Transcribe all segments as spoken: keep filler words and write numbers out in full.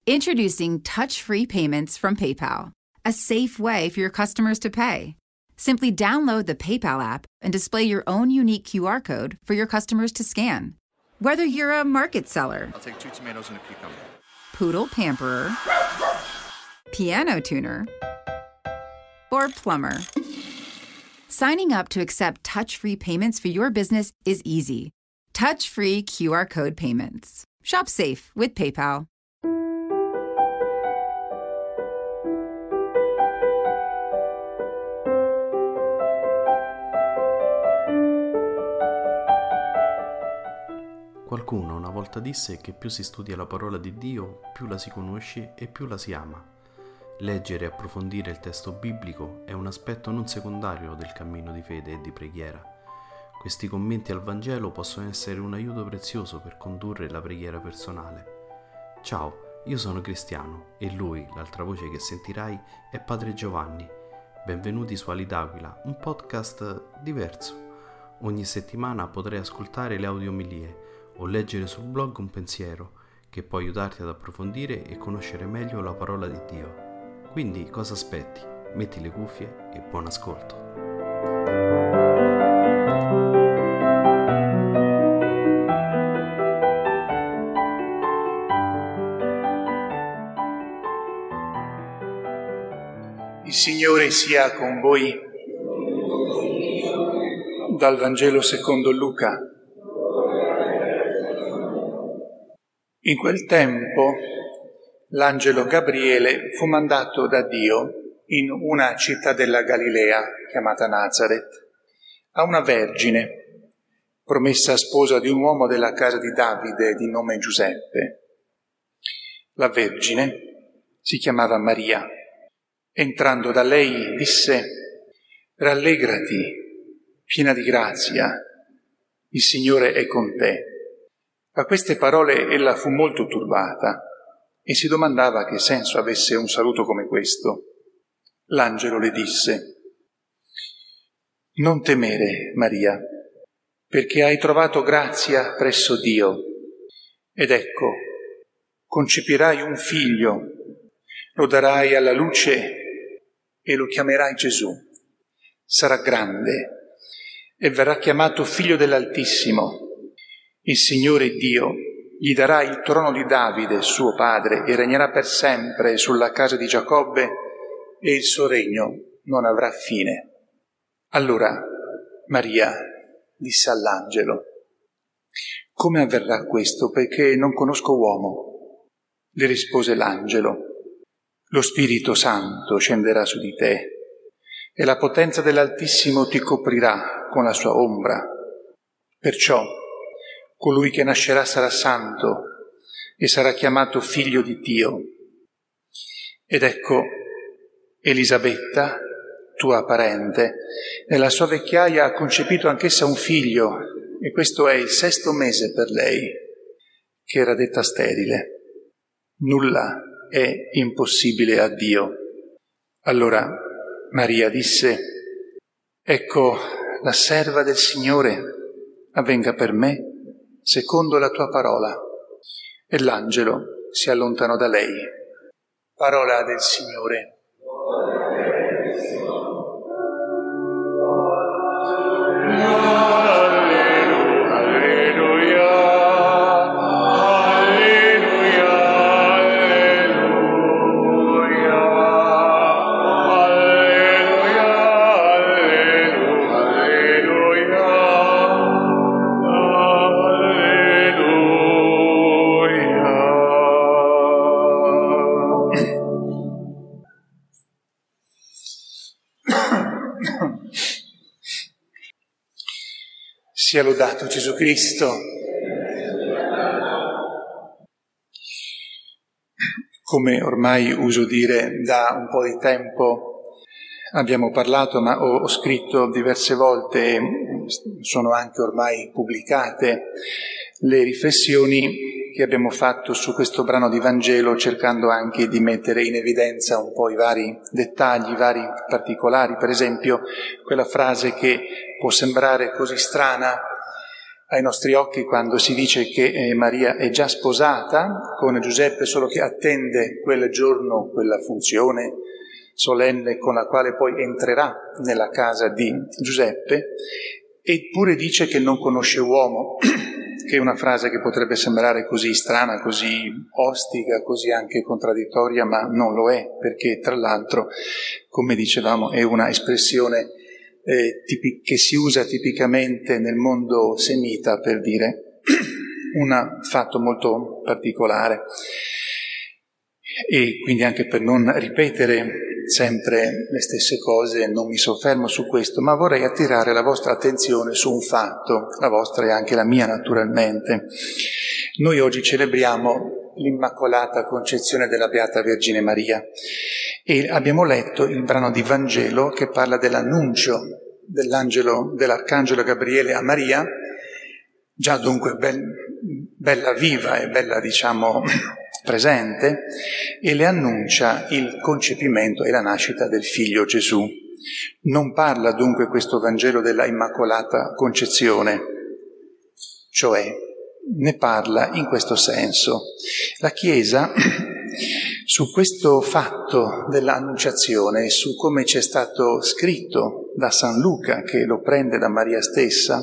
Introducing touch-free payments from PayPal, a safe way for your customers to pay. Simply download the PayPal app and display your own unique Q R code for your customers to scan. Whether you're a market seller, I'll take two tomatoes and a cucumber. Poodle pamperer, piano tuner, or plumber, signing up to accept touch-free payments for your business is easy. Touch-free Q R code payments. Shop safe with PayPal. Qualcuno una volta disse che più si studia la parola di Dio, più la si conosce e più la si ama. Leggere e approfondire il testo biblico è un aspetto non secondario del cammino di fede e di preghiera. Questi commenti al Vangelo possono essere un aiuto prezioso per condurre la preghiera personale. Ciao, io sono Cristiano e lui, l'altra voce che sentirai, è Padre Giovanni. Benvenuti su Ali d'Aquila, un podcast diverso. Ogni settimana potrai ascoltare le audiomilie o leggere sul blog un pensiero che può aiutarti ad approfondire e conoscere meglio la parola di Dio. Quindi cosa aspetti? Metti le cuffie e buon ascolto. Il Signore sia con voi. Dal Vangelo secondo Luca. In quel tempo l'angelo Gabriele fu mandato da Dio in una città della Galilea chiamata Nazaret a una vergine promessa sposa di un uomo della casa di Davide di nome Giuseppe. La vergine si chiamava Maria. Entrando da lei disse: «Rallegrati, piena di grazia, il Signore è con te». A queste parole ella fu molto turbata e si domandava che senso avesse un saluto come questo. L'angelo le disse: «Non temere, Maria, perché hai trovato grazia presso Dio. Ed ecco, concepirai un figlio, lo darai alla luce e lo chiamerai Gesù. Sarà grande e verrà chiamato Figlio dell'Altissimo. Il Signore Dio gli darà il trono di Davide, suo padre, e regnerà per sempre sulla casa di Giacobbe, e il suo regno non avrà fine». Allora Maria disse all'angelo: «Come avverrà questo, perché non conosco uomo?» Le rispose l'angelo: «Lo Spirito Santo scenderà su di te, e la potenza dell'Altissimo ti coprirà con la sua ombra. Perciò colui che nascerà sarà santo e sarà chiamato figlio di Dio. Ed ecco, Elisabetta, tua parente, nella sua vecchiaia ha concepito anch'essa un figlio, e questo è il sesto mese per lei, che era detta sterile. Nulla è impossibile a Dio». Allora Maria disse: «Ecco, la serva del Signore, avvenga per me secondo la tua parola». E l'angelo si allontanò da lei. Parola del Signore. Sia lodato Gesù Cristo. Come ormai uso dire da un po' di tempo, abbiamo parlato, ma ho, ho scritto diverse volte, sono anche ormai pubblicate, le riflessioni che abbiamo fatto su questo brano di Vangelo, cercando anche di mettere in evidenza un po' i vari dettagli, i vari particolari. Per esempio, quella frase che può sembrare così strana: ai nostri occhi quando si dice che eh, Maria è già sposata con Giuseppe, solo che attende quel giorno, quella funzione solenne con la quale poi entrerà nella casa di Giuseppe, eppure dice che non conosce uomo, che è una frase che potrebbe sembrare così strana, così ostica, così anche contraddittoria, ma non lo è, perché tra l'altro, come dicevamo, è una espressione eh, tipi- che si usa tipicamente nel mondo semita per dire un fatto molto particolare. E quindi anche per non ripetere sempre le stesse cose, non mi soffermo su questo, ma vorrei attirare la vostra attenzione su un fatto, la vostra e anche la mia naturalmente. Noi oggi celebriamo l'Immacolata Concezione della Beata Vergine Maria e abbiamo letto il brano di Vangelo che parla dell'annuncio dell'angelo, dell'arcangelo Gabriele a Maria, già dunque be- bella viva e bella, diciamo, presente, e le annuncia il concepimento e la nascita del figlio Gesù. Non parla dunque questo Vangelo della Immacolata Concezione, cioè ne parla in questo senso. La Chiesa su questo fatto dell'annunciazione e su come ci è stato scritto da San Luca, che lo prende da Maria stessa,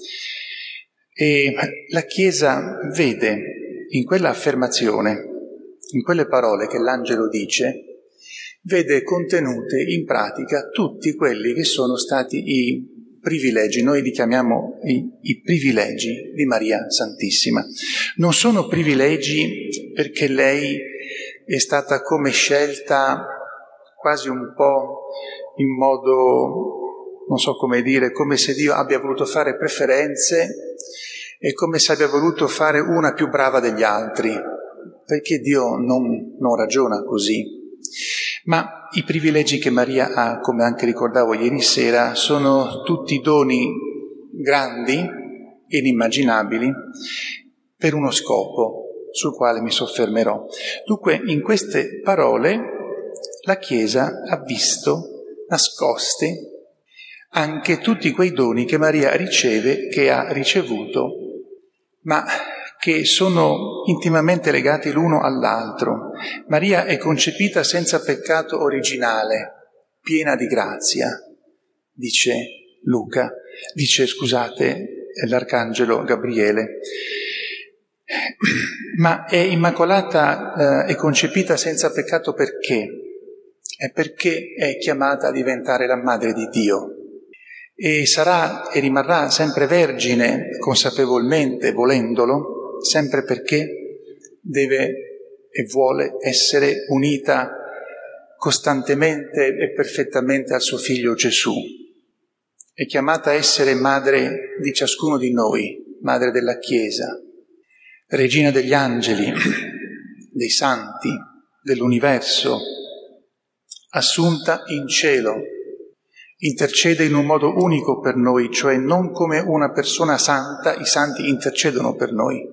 e la Chiesa vede in quella affermazione, in quelle parole che l'angelo dice, vede contenute in pratica tutti quelli che sono stati i privilegi, noi li chiamiamo i, i privilegi di Maria Santissima. Non sono privilegi perché lei è stata come scelta quasi un po' in modo, non so come dire, come se Dio abbia voluto fare preferenze e come se abbia voluto fare una più brava degli altri, perché Dio non, non ragiona così. Ma i privilegi che Maria ha, come anche ricordavo ieri sera, sono tutti doni grandi, inimmaginabili, per uno scopo sul quale mi soffermerò. Dunque, in queste parole la Chiesa ha visto nascosti anche tutti quei doni che Maria riceve, che ha ricevuto, ma che sono intimamente legati l'uno all'altro. Maria è concepita senza peccato originale, piena di grazia, dice Luca, dice, scusate, l'Arcangelo Gabriele. Ma è immacolata, eh, è concepita senza peccato perché? È perché è chiamata a diventare la madre di Dio. E sarà e rimarrà sempre vergine, consapevolmente, volendolo, sempre perché deve e vuole essere unita costantemente e perfettamente al suo figlio Gesù. È chiamata a essere madre di ciascuno di noi, madre della Chiesa, regina degli angeli, dei santi, dell'universo, assunta in cielo. Intercede in un modo unico per noi, cioè non come una persona santa, i santi intercedono per noi,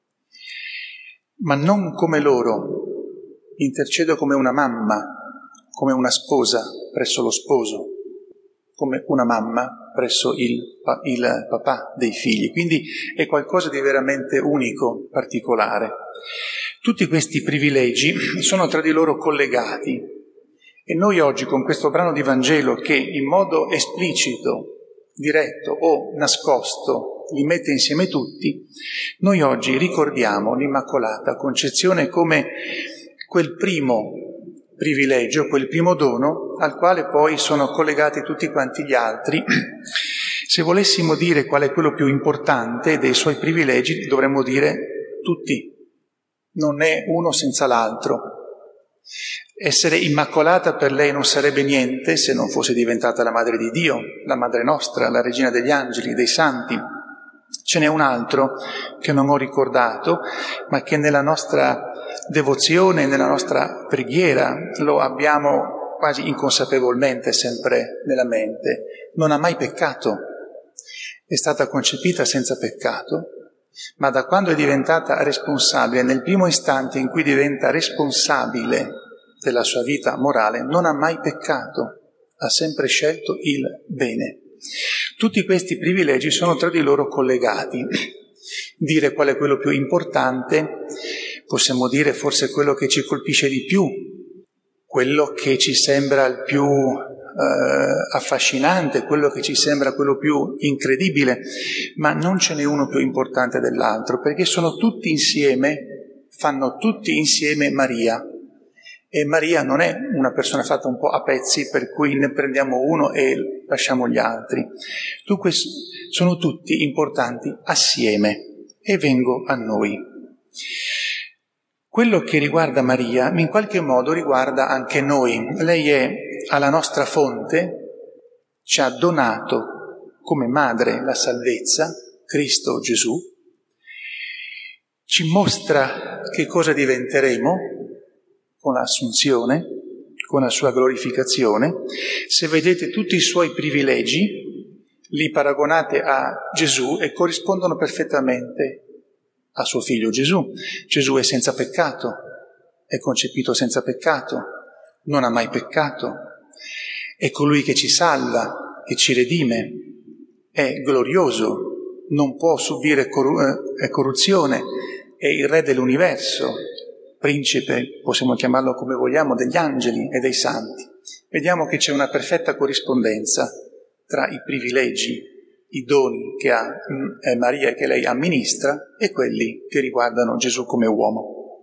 ma non come loro, intercedo come una mamma, come una sposa presso lo sposo, come una mamma presso il, il papà dei figli. Quindi è qualcosa di veramente unico, particolare. Tutti questi privilegi sono tra di loro collegati. E noi oggi con questo brano di Vangelo che in modo esplicito, diretto o nascosto li mette insieme tutti, noi oggi ricordiamo l'Immacolata Concezione come quel primo privilegio, quel primo dono al quale poi sono collegati tutti quanti gli altri. Se volessimo dire qual è quello più importante dei suoi privilegi, dovremmo dire tutti, non è uno senza l'altro. Essere immacolata per lei non sarebbe niente se non fosse diventata la madre di Dio, la madre nostra, la regina degli angeli, dei santi. Ce n'è un altro che non ho ricordato, ma che nella nostra devozione, nella nostra preghiera lo abbiamo quasi inconsapevolmente sempre nella mente. Non ha mai peccato, è stata concepita senza peccato, ma da quando è diventata responsabile, nel primo istante in cui diventa responsabile della sua vita morale, non ha mai peccato, ha sempre scelto il bene. Tutti questi privilegi sono tra di loro collegati. Dire qual è quello più importante, possiamo dire forse quello che ci colpisce di più, quello che ci sembra il più eh, affascinante, quello che ci sembra quello più incredibile, ma non ce n'è uno più importante dell'altro, perché sono tutti insieme, fanno tutti insieme Maria. E Maria non è una persona fatta un po' a pezzi per cui ne prendiamo uno e lasciamo gli altri. Dunque sono tutti importanti assieme. E vengo a noi. Quello che riguarda Maria in qualche modo riguarda anche noi. Lei è alla nostra fonte, ci ha donato come madre la salvezza, Cristo Gesù, ci mostra che cosa diventeremo con l'assunzione, con la sua glorificazione. Se vedete tutti i suoi privilegi, li paragonate a Gesù e corrispondono perfettamente a suo figlio Gesù. Gesù è senza peccato, è concepito senza peccato, non ha mai peccato, è colui che ci salva, che ci redime, è glorioso, non può subire corru- eh, corruzione, è il re dell'universo, principe, possiamo chiamarlo come vogliamo, degli angeli e dei santi. Vediamo che c'è una perfetta corrispondenza tra i privilegi, i doni che ha eh, Maria e che lei amministra e quelli che riguardano Gesù come uomo.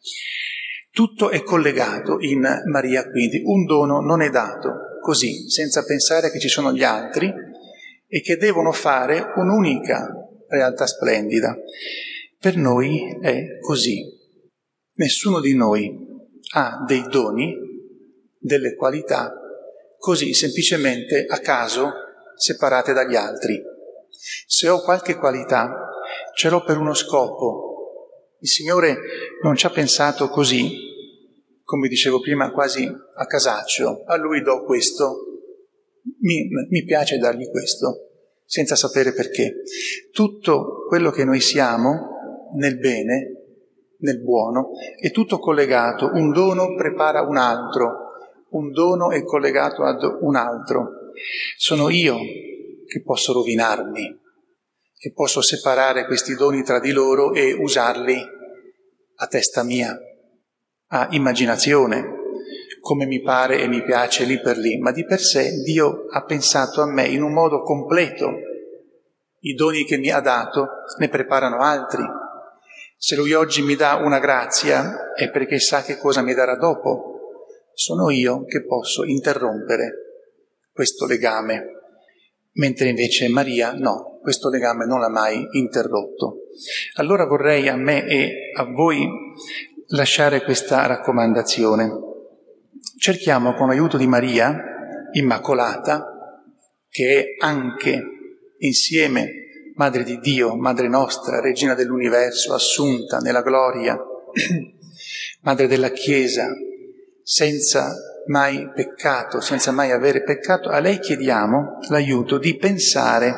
Tutto è collegato in Maria, quindi un dono non è dato così, senza pensare che ci sono gli altri e che devono fare un'unica realtà splendida. Per noi è così. Nessuno di noi ha dei doni, delle qualità, così semplicemente a caso separate dagli altri. Se ho qualche qualità, ce l'ho per uno scopo. Il Signore non ci ha pensato così, come dicevo prima, quasi a casaccio. A Lui do questo, mi, mi piace dargli questo, senza sapere perché. Tutto quello che noi siamo, nel bene, nel buono, è tutto collegato. Un dono prepara un altro. Un dono è collegato ad un altro. Sono io che posso rovinarmi, che posso separare questi doni tra di loro e usarli a testa mia, a immaginazione, come mi pare e mi piace lì per lì. Ma di per sé Dio ha pensato a me in un modo completo. I doni che mi ha dato ne preparano altri. Se Lui oggi mi dà una grazia è perché sa che cosa mi darà dopo. Sono io che posso interrompere questo legame, mentre invece Maria no, questo legame non l'ha mai interrotto. Allora vorrei a me e a voi lasciare questa raccomandazione. Cerchiamo con l'aiuto di Maria Immacolata, che è anche insieme Madre di Dio, Madre nostra, Regina dell'universo, assunta nella gloria, Madre della Chiesa, senza mai peccato, senza mai avere peccato, a lei chiediamo l'aiuto di pensare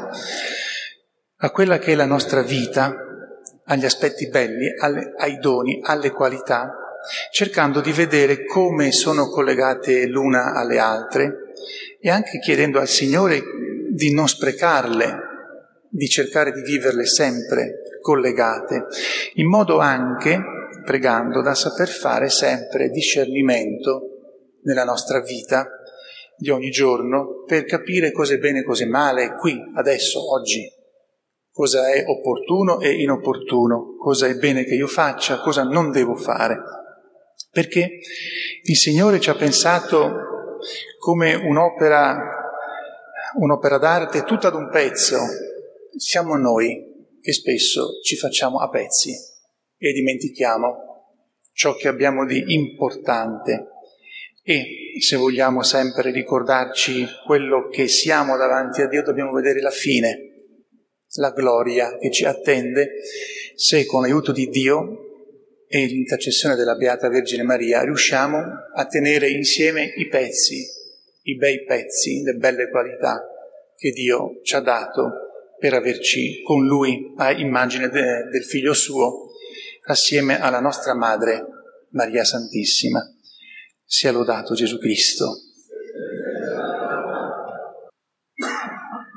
a quella che è la nostra vita, agli aspetti belli, alle, ai doni, alle qualità, cercando di vedere come sono collegate l'una alle altre e anche chiedendo al Signore di non sprecarle, di cercare di viverle sempre collegate, in modo anche, pregando, da saper fare sempre discernimento nella nostra vita di ogni giorno per capire cosa è bene e cosa è male qui, adesso, oggi, cosa è opportuno e inopportuno, cosa è bene che io faccia, cosa non devo fare. Perché il Signore ci ha pensato come un'opera, un'opera d'arte tutta ad un pezzo. Siamo noi che spesso ci facciamo a pezzi e dimentichiamo ciò che abbiamo di importante. E se vogliamo sempre ricordarci quello che siamo davanti a Dio, dobbiamo vedere la fine, la gloria che ci attende se con l'aiuto di Dio e l'intercessione della Beata Vergine Maria riusciamo a tenere insieme i pezzi, i bei pezzi, le belle qualità che Dio ci ha dato per averci con Lui a immagine de, del Figlio Suo, assieme alla nostra Madre Maria Santissima. Sia lodato Gesù Cristo.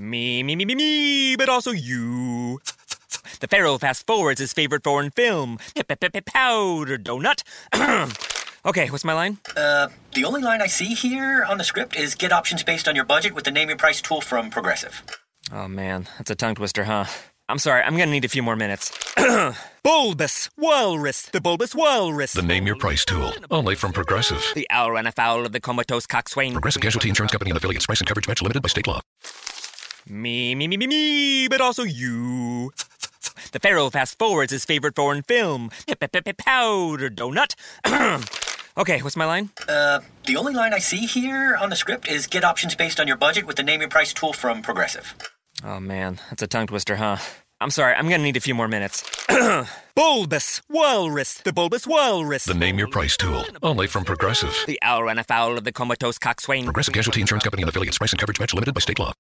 Me, me, me, me, me, but also you. The Pharaoh fast forwards his favorite foreign film, Powder Donut. Okay, what's my line? Uh, the only line I see here on the script is get options based on your budget with the Name Your Price tool from Progressive. Oh man, that's a tongue twister, huh? I'm sorry, I'm gonna need a few more minutes. Bulbous Walrus, the Bulbous Walrus. The Name Your Price tool, only from Progressive. The owl ran afoul of the comatose coxswain. Progressive Casualty Insurance Company and affiliates. Price and coverage match limited by state law. Me, me, me, me, me, but also you. The Pharaoh fast forwards his favorite foreign film, Powder Donut. Okay, what's my line? Uh, the only line I see here on the script is get options based on your budget with the Name Your Price tool from Progressive. Oh man, that's a tongue twister, huh? I'm sorry, I'm gonna need a few more minutes. Bulbous Walrus, the Bulbous Walrus. The Name Your Price tool, only from Progressive. The owl ran afoul of the comatose coxswain. Progressive Casualty Insurance Company and affiliates. Price and coverage match limited by state law.